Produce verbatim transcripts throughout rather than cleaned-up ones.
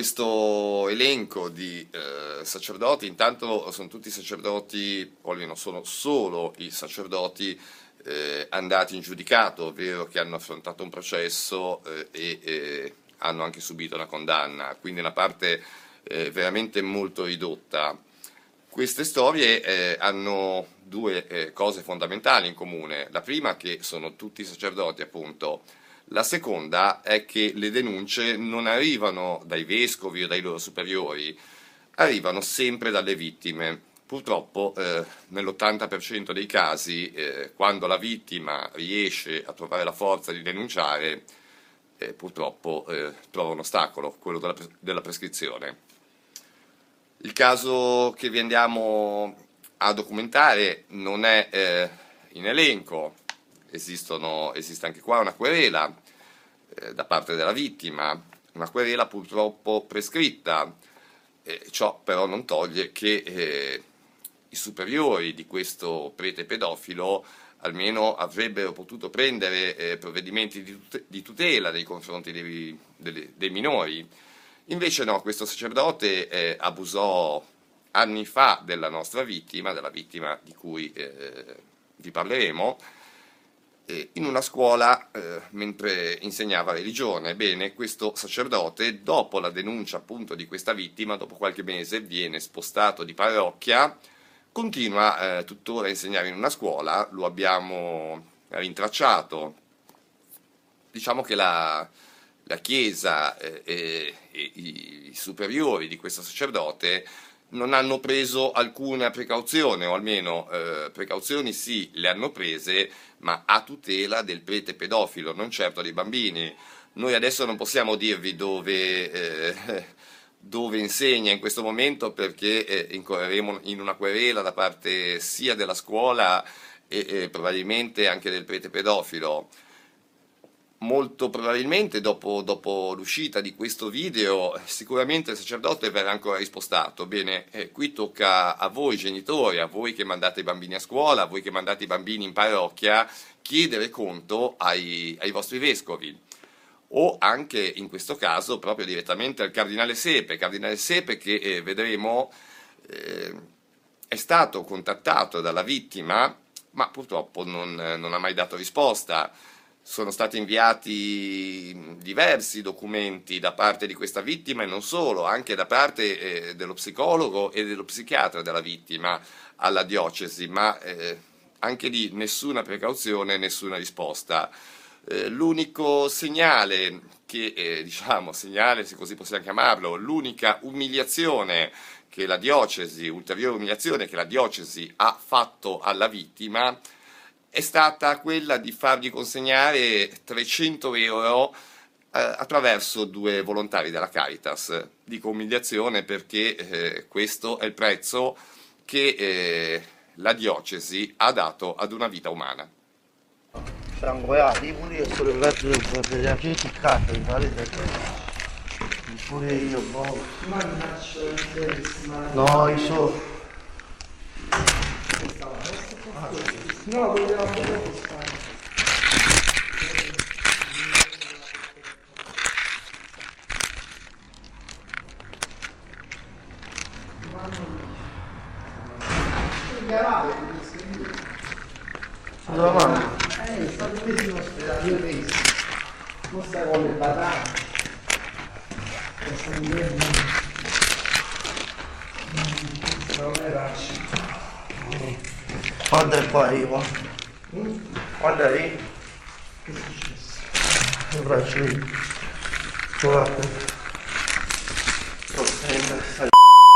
questo elenco di eh, sacerdoti, intanto sono tutti sacerdoti, o almeno sono solo i sacerdoti eh, andati in giudicato, ovvero che hanno affrontato un processo eh, e eh, hanno anche subito una condanna, quindi una parte eh, veramente molto ridotta. Queste storie eh, hanno due eh, cose fondamentali in comune. La prima, che sono tutti sacerdoti, appunto. La seconda è che le denunce non arrivano dai vescovi o dai loro superiori, arrivano sempre dalle vittime. Purtroppo eh, nell'ottanta per cento dei casi, eh, quando la vittima riesce a trovare la forza di denunciare, eh, purtroppo eh, trova un ostacolo, quello della, della prescrizione. Il caso che vi andiamo a documentare non è eh, in elenco. Esistono, esiste anche qua una querela eh, da parte della vittima, una querela purtroppo prescritta, eh, ciò però non toglie che eh, i superiori di questo prete pedofilo almeno avrebbero potuto prendere eh, provvedimenti di, tut- di tutela nei confronti dei, dei, dei minori. Invece no, questo sacerdote eh, abusò anni fa della nostra vittima, della vittima di cui eh, vi parleremo, in una scuola eh, mentre insegnava religione. Ebbene, questo sacerdote, dopo la denuncia appunto di questa vittima, dopo qualche mese viene spostato di parrocchia, continua eh, tuttora a insegnare in una scuola, lo abbiamo rintracciato. Diciamo che la, la Chiesa eh, e, e i superiori di questo sacerdote non hanno preso alcuna precauzione, o almeno eh, precauzioni sì, le hanno prese, ma a tutela del prete pedofilo, non certo dei bambini. Noi adesso non possiamo dirvi dove, eh, dove insegna in questo momento, perché eh, incorreremo in una querela da parte sia della scuola e eh, probabilmente anche del prete pedofilo. Molto probabilmente dopo, dopo l'uscita di questo video sicuramente il sacerdote verrà ancora rispostato. Bene, eh, qui tocca a voi genitori, a voi che mandate i bambini a scuola, a voi che mandate i bambini in parrocchia, chiedere conto ai, ai vostri vescovi, o anche in questo caso proprio direttamente al cardinale Sepe, cardinale Sepe che eh, vedremo eh, è stato contattato dalla vittima, ma purtroppo non, non ha mai dato risposta. Sono stati inviati diversi documenti da parte di questa vittima e non solo, anche da parte eh, dello psicologo e dello psichiatra della vittima alla diocesi, ma eh, anche lì nessuna precauzione, nessuna risposta. Eh, l'unico segnale che, eh, diciamo, segnale se così possiamo chiamarlo, l'unica umiliazione che la diocesi, ulteriore umiliazione che la diocesi ha fatto alla vittima, è stata quella di fargli consegnare trecento euro eh, attraverso due volontari della Caritas. Dico umiliazione perché eh, questo è il prezzo che eh, la diocesi ha dato ad una vita umana. Strangolati, pure io sto ragazzo per la gente in casa, mi fate pure io, boh. No, io so. No, vogliamo fare. Dove va? Eh, sta messo in ospedale, io penso. Non stai con le patate. Non era. Guarda qua io. Guarda lì. Che è successo? Il braccio lì. Guarda. Sto sempre.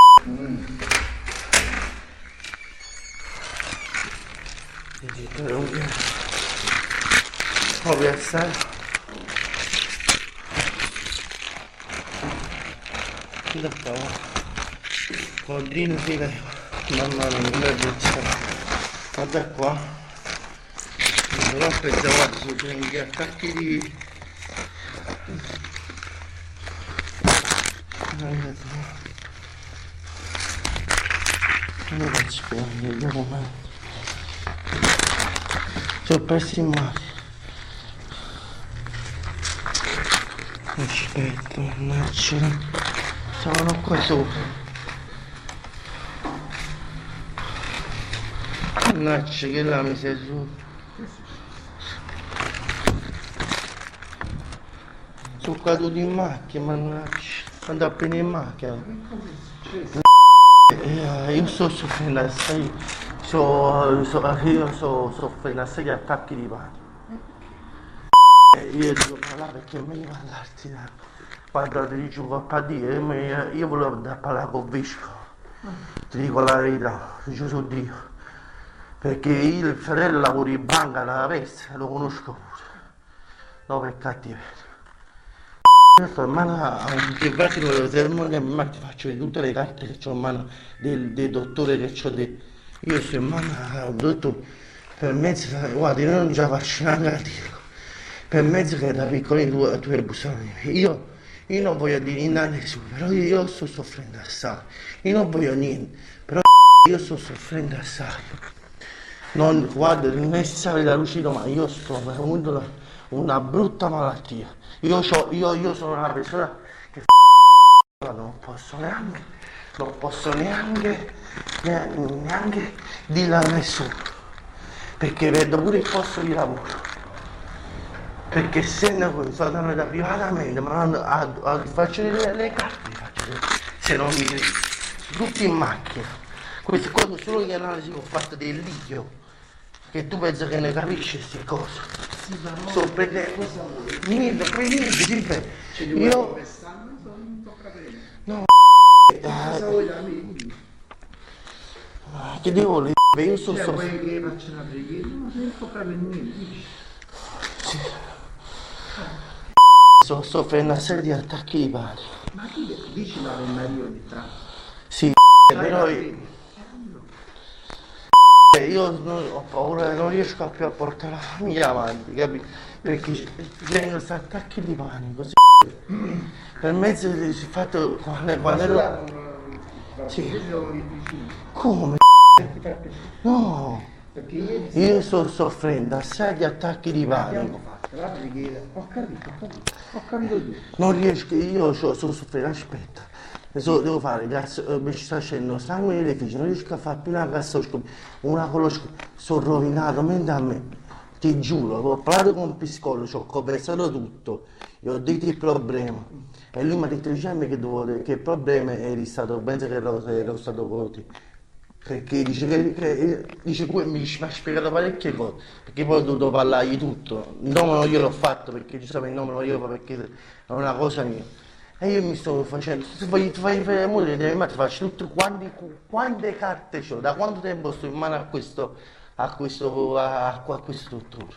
Ovvio essere. Chi da stavo? Codrino figa. Mamma mia, non è buccia. Guarda qua. Non ho preso, guarda, sono gli attacchi di... Non faccio più, vediamo mai. Sono pessimati. Aspetta, mannaggia. Sono qua sopra. Mannaggia che là mi sei su. Sono caduto in macchina, mannaggia. Quando appena in macchina. Eh, io sto soffrendo assai. So, so, io sto soffrendo assai di attacchi di panico. Io devo parlare perché è meglio parlarti da quando ti dico a dire, io, io volevo andare a parlare con Visco, ti dico la verità, giuro su Dio, perché io, il fratello lavora in banca da Peste, lo conosco pure, no per cattiveria. Io sto in mano a un infatti volevo termone, ma ti faccio vedere tutte le carte che ho in mano del, del dottore che ho detto. Io sto in mano a un dottore per mezzo, guarda, io non già vaccinato la dico. Per mezzo che da piccolino tu, tu hai abusato di me. Io, io non voglio dire niente a nessuno, però io, io sto soffrendo assai. Io non voglio niente, però io sto soffrendo assai. Non, guarda, non è necessario da lucido, ma io sto avendo una, una brutta malattia. Io, io, io sono una persona che non posso neanche, non posso neanche, neanche, neanche dirla a nessuno, perché vedo pure il posto di lavoro. Perché essendo così sono andato da privatamente, ma a, a, a faccio le, le carte, faccio le, se non mi credi, tutti in macchina. Queste cose sono le analisi che ho fatto del litio, che tu pensi che ne capisci queste cose. Sì, sono perché niente, poi niente, ti ripeto. Io no, che devo le io sono soffrendo. Che faccio una preghiera, non si può capire niente. Sì. Sto soffrendo una serie di attacchi di panico. Ma chi dici l'Ave Maria di tanto? Sì, però io, io non, ho paura, non riesco più a portare la famiglia avanti, capi? Perché vengono questi attacchi di panico. Sì. Per mezzo di fatto quando, quando ero. Sì. Come? No! Io sto soffrendo assai di attacchi di panico. La preghiera, ho capito, ho capito, ho capito tutto. Non riesco, io sto soffrendo, aspetta. So, devo fare, grazie, mi sta scendendo sangue nelle feci, non riesco a fare più una gastroscopia, una coloscopia, sono rovinato, mentre a me, ti giuro, ho parlato con un psicologo, ci ho conversato tutto, gli ho detto il problema. E lui mi ha detto, diciamo che, dovevo, che il problema è stato, penso che ero, ero stato con te. Perché dice che, che dice, mi, mi ha spiegato parecchie cose, perché poi ho dovuto parlargli tutto. Il nome non gliel'ho fatto perché giustamente il nome non glielo fa perché è una cosa mia. E io mi sto facendo, tu fai, tu fai, fai moglie, ma ti faccio tutte quante, quante carte ho, da quanto tempo sto in mano a questo, a questo, a, a questo dottore.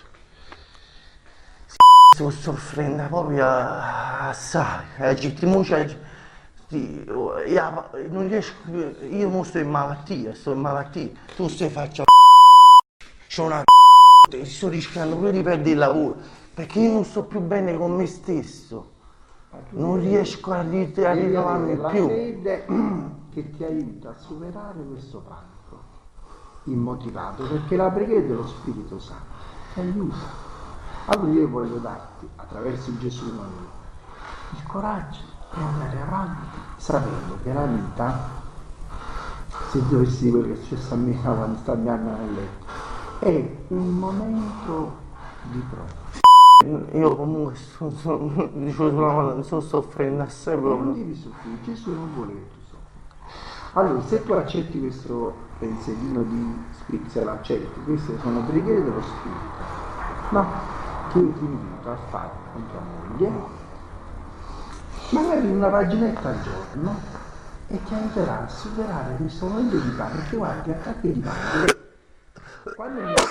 Sto soffrendo proprio assai, eh, sì, io, non riesco, io non sto in malattia, sto in malattia, tu stai facendo c'ho una sto rischiando pure di perdere il lavoro, perché io non sto più bene con me stesso, non riesco a ritrovarmi più. La fede che ti aiuta a superare questo panico immotivato, perché la preghiera dello Spirito Santo ti aiuta. Allora io voglio darti, attraverso Gesù Maria, il coraggio e andare avanti sapendo che la vita, se dovessi dire quello che è successo a me quando sto andando nel letto, è un momento di prova. Io comunque sto, sto, sto, sto soffrendo assai proprio. Non devi soffrire, Gesù non vuole che tu soffra. Allora, se tu accetti questo pensierino di Spritzer, l'accetti, queste sono preghiere dello Spirito, no? Che io ti invito a fare con tua moglie, magari una paginetta al giorno, e ti aiuterà a superare questo momento di panico, perché guarda che attacchi di panico quando mi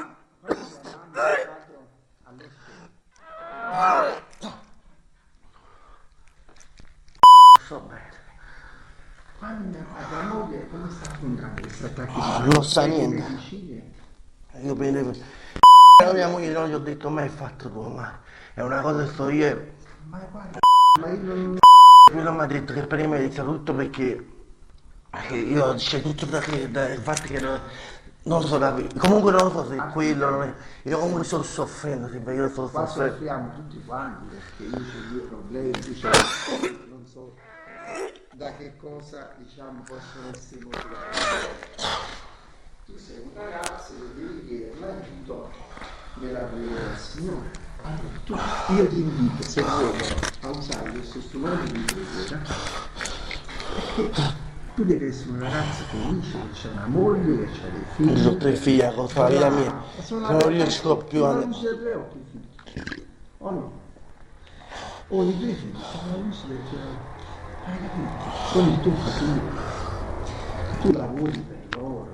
sto bene, quando la moglie come sta affrontando questi attacchi di panico? Non sa niente, io prendevo la mia moglie non gli ho detto mai fatto tu, ma è una cosa che sto io. Ma guarda, ma io non... Quello mi ha detto che per me è tutto perché io c'è tutto da, da il fatto che non, non so da comunque non so se quello non è, io comunque sto soffrendo, sì, io sto qua soffrendo. soffriamo tutti quanti perché io ho due problemi, cioè, non so, da che cosa diciamo possono essere motivati. Tu sei un ragazzo che devi chiedere l'aiuto della preghiera del Signore. Allora, tu, io ti invito, se vuoi, a usare questo strumento di preghiera, perché tu devi essere un ragazzo felice, che c'è una moglie, che c'ha dei figli. Io ho tre figli a cosa la vita mia, non riesco più a... La luce del re occhi figli. O no? Ogni due figli c'è la luce del re. Hai capito? Ogni tuo figlio. Tu lavori per loro.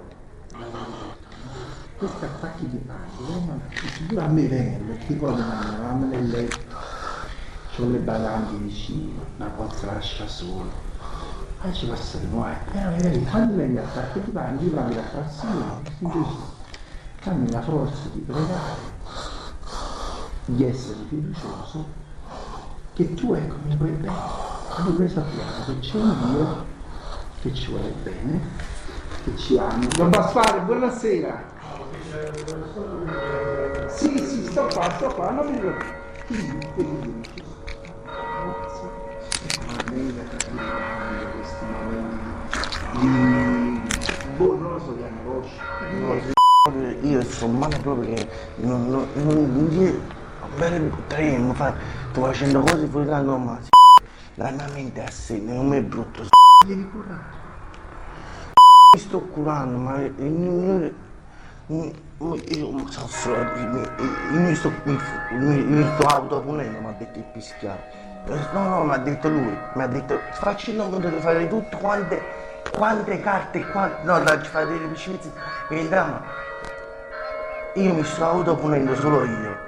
Questi attacchi di panico, pure a me vengono, perché poi domani eravamo nel letto, c'ho le badanti vicino, una pozza lascia sola, poi ci passano noi, però vedi, quando vieni a attacchi di panico, io vado a farsi io, dammi la forza di pregare, di essere fiducioso, che tu ecco mi vuoi bene, allora noi sappiamo che c'è un Dio che ci vuole bene, che ci ama. Don Gaspare, buonasera. Sì, sì, sto qua, sto qua, non mi lo quindi, quindi, questi momenti di boh, non lo so, di angoscia. Io sono male proprio che non, non, non, non bene tremo, fa, sto facendo cose fuori dalla norma, la mia mente è assente, non è brutto. Devi curare. Mi sto curando, ma il mio... Io soffro, io mi sto, mi sto autopunendo, mi ha detto il pischiato. No, no, mi ha detto lui, mi ha detto facci il nome, devi fare tutto, quante, quante carte, quante, no, da fare delle precipizzi, il dramma. Io mi sto autopunendo solo io.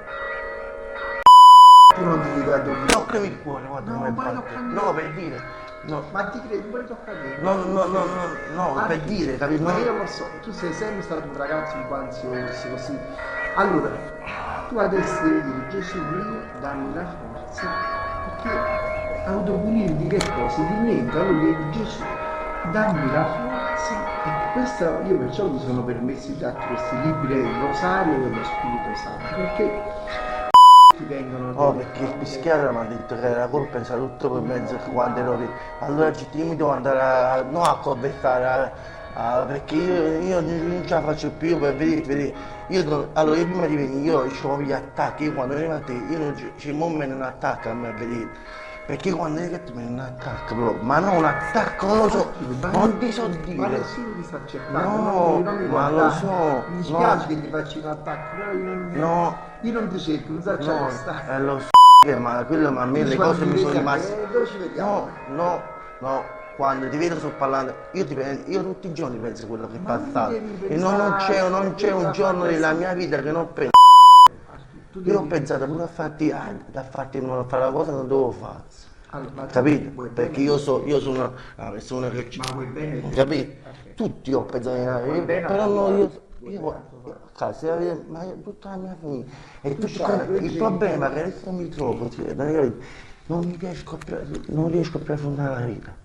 Tu non ti devi addormentare. Toccami il cuore, guarda no, come parte. No, per dire. No. Ma ti credi, puoi toccare? No, no, no, no, no, ah, per dire, capito? Ma io lo so, tu sei sempre stato un ragazzo un po' ansioso, così. Allora, tu adesso devi dire, Gesù mio, dammi la forza, perché autopunirti che cosa? Di niente, allora devi Gesù, dammi la forza. E questo, io perciò mi sono permesso di darti questi libri del Rosario dello Spirito Santo, perché ti vengono oh, perché il psichiatra mi ha detto che la colpa è tutto per mezzo quando ero lì. Allora io mi devo andare a, no, a conversare, a, a, perché io, io non ce la faccio più, io per vedere, vedere. Io non, allora io prima di venire, io ho gli attacchi, io quando arrivo a te, io non c'è un me non attacca a me a vedere. Perché quando è che ti viene un attacco proprio, ma non un attacco, non lo so, non ti so dire. Ma nessuno ti sta cercando, no, non mi ma lo so. Mi dispiace no. che ti faccio un attacco, però io non, no. io non ti cerco, non so no, sta. È lo s***, ma quello, ma a me le cose mi sono rimaste. Dove ci vediamo? No, no, no, quando ti vedo sto parlando, io, ti penso, io tutti i giorni penso a quello che è passato. E non, non c'è, non c'è un giorno nella mia vita che non penso. Io ho pensato pure a farti, a farti a fare la cosa che non dovevo fare. Allora, capito? Perché io, so, io sono una persona che ci... Ma vuoi bene? Capito? Okay. Tutti ho pensato di bene, però no, io... io cazzo, ma io, tutta la mia famiglia. E tutto il problema è che adesso mi trovo, non mi riesco più, non riesco più a affrontare la vita.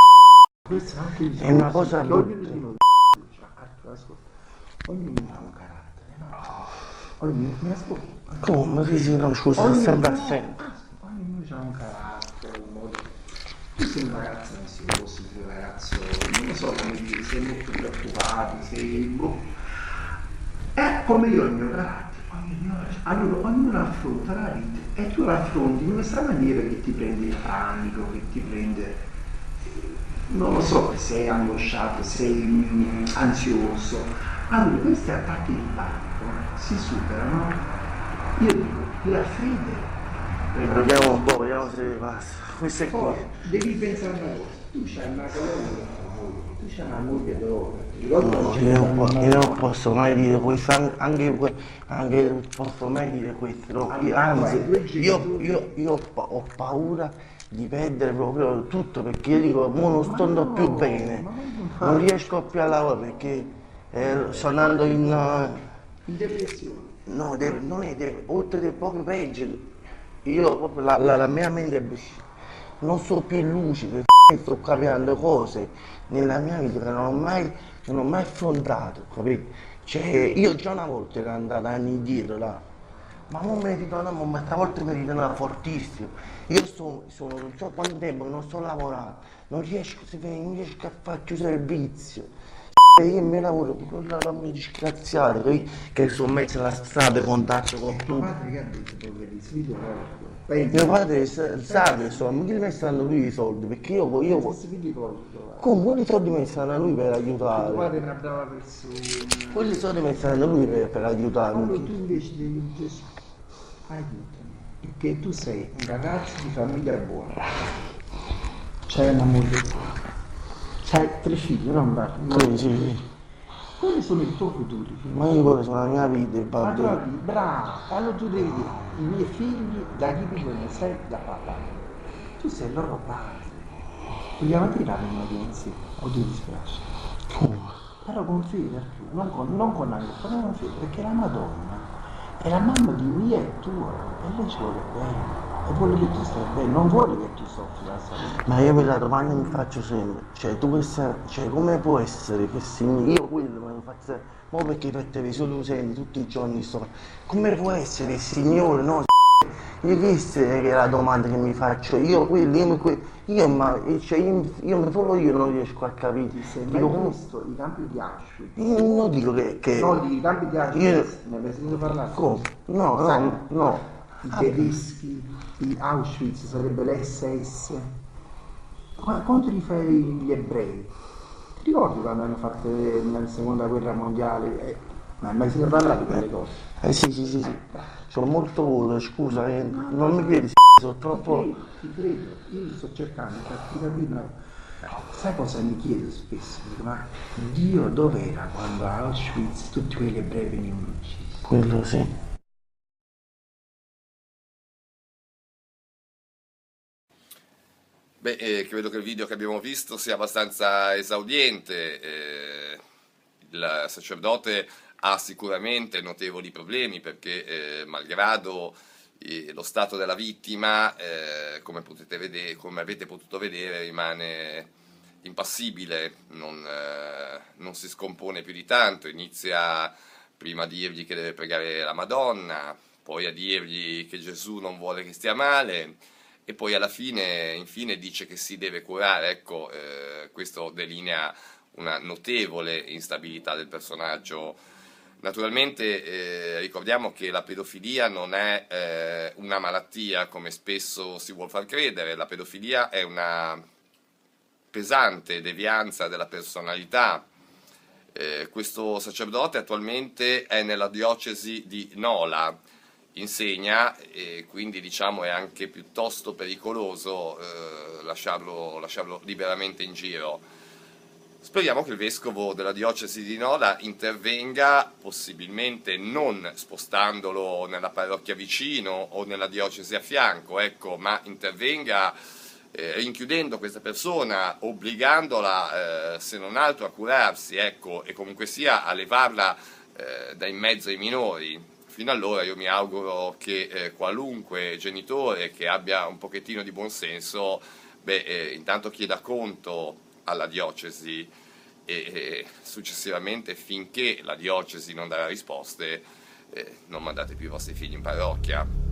È una cosa brutta. Ognuno ha un carattere, no? Ognuno mi ascolta. Come? Sì, sì, no, scusa, è sempre assente. Ognuno ha un carattere, un modo. Tu sei un ragazzo ansioso, sei un ragazzo, non lo so come dire, sei molto preoccupato, sei boh. È come io il mio carattere. Allora ognuno affronta la vita e tu la affronti in questa maniera che ti prende il panico, che ti prende, non lo so, sei angosciato, sei mm, ansioso. Allora questi attacchi di panico si superano, io dico, ti raffreddi. Vediamo un po', vediamo se passa. Questo è qui. Devi pensare a una cosa, tu c'hai una colonna, tu c'hai una moglie d'oro. No, io, non io non posso mai dire questo, anche, anche posso mai dire questo, no. Io, anzi, io, io, io ho paura di perdere proprio tutto perché io dico, mo non sto andando più bene, non riesco più a lavorare perché eh, sto andando in... Uh, in depressione. No, de, non è de, oltre che proprio peggio. Io proprio la, la, la mia mente è non so più lucido, sto cambiando cose nella mia vita che non ho mai, non ho mai affrontato, capito? Cioè, io già una volta ero andato anni indietro là, Ma non mi ritornavo, ma stavolta mi ritornava fortissimo. Io sono, sono, non so quanto tempo che non sto lavorando, non riesco, se vedi, non riesco a fare più servizio. Io mi lavoro con la roba disgraziata, che, che sono messo alla strada in contatto con Tuo tutti. padre che ha detto poveri sfido Mio padre sa sa che so, ma chi mi stanno lui i soldi? Perché io, io questi figli tuoi tuo come quali soldi mi stanno a lui per padre aiutare? è una brava persona, Quelli soldi mi stanno a lui per, per allora aiutarmi. tu invece devi Gesù aiutami, perché tu sei un ragazzo di famiglia buona, c'hai una moglie buona, c'hai tre figli, non parli, Sì, sì, sì. quelli sono i tuoi futuri figli. Ma io pure sono la mia vita, il Ma tu babbo. dici, bravo, allora tu devi dire, i miei figli da chi bisogna sei da papà, tu sei il loro padre, vogliamo tirare una insieme, o ti dispiace? Però con fede, non con, non con angoscia, ma con fede, perché la Madonna è la mamma di mia e tua, e lei ci vuole bene, e vuole che tu stai bene, non vuole che tu soffri la salute. Ma io me la domanda mi faccio sempre, cioè tu pensi, cioè come può essere che se io quello me lo faccio sempre, ma perché per televisione senti tutti i giorni sto, come può essere il Signore, no? Io questa è la domanda che mi faccio, io quelli, io, que- io, ma, cioè, io, io solo io non riesco a capire, Ti sei dico, mai come- visto i campi di Auschwitz? io non dico che, che No, di campi di io, Auschwitz, ne avete sentito parlare? come? No, Sai, no, no. i tedeschi di Auschwitz sarebbe l'esse esse. Qua- Quanto li fai gli ebrei? Ti ricordi quando hanno fatto eh, nella seconda guerra mondiale? Eh, ma hai mai sentito parlare di quelle cose? Eh sì, sì, sì, sì. Sono molto vuoto, scusa, eh, non mi credi, sono troppo... Ti credo, ti credo, io sto cercando di farti capire una cosa. Sai cosa mi chiedo spesso? Dico, ma Dio dov'era quando a Auschwitz tutti quegli ebrei venivano uccisi? Quello sì. Beh, eh, credo che il video che abbiamo visto sia abbastanza esaudiente. eh, il sacerdote ha sicuramente notevoli problemi perché, eh, malgrado eh, lo stato della vittima, eh, come potete vedere, come avete potuto vedere, rimane impassibile, non, eh, non si scompone più di tanto, inizia prima a dirgli che deve pregare la Madonna, poi a dirgli che Gesù non vuole che stia male, e poi alla fine, infine, dice che si deve curare. Ecco, eh, questo delinea una notevole instabilità del personaggio. Naturalmente eh, ricordiamo che la pedofilia non è eh, una malattia come spesso si vuol far credere, la pedofilia è una pesante devianza della personalità. Eh, questo sacerdote attualmente è nella diocesi di Nola, insegna, e quindi diciamo è anche piuttosto pericoloso eh, lasciarlo, lasciarlo liberamente in giro. Speriamo che il vescovo della diocesi di Nola intervenga, possibilmente non spostandolo nella parrocchia vicino o nella diocesi a fianco, ecco, ma intervenga eh, rinchiudendo questa persona, obbligandola eh, se non altro a curarsi, ecco, e comunque sia a levarla eh, da in mezzo ai minori. Fino allora io mi auguro che eh, qualunque genitore che abbia un pochettino di buonsenso, beh, eh, intanto chieda conto alla diocesi e, e successivamente, finché la diocesi non darà risposte, eh, non mandate più i vostri figli in parrocchia.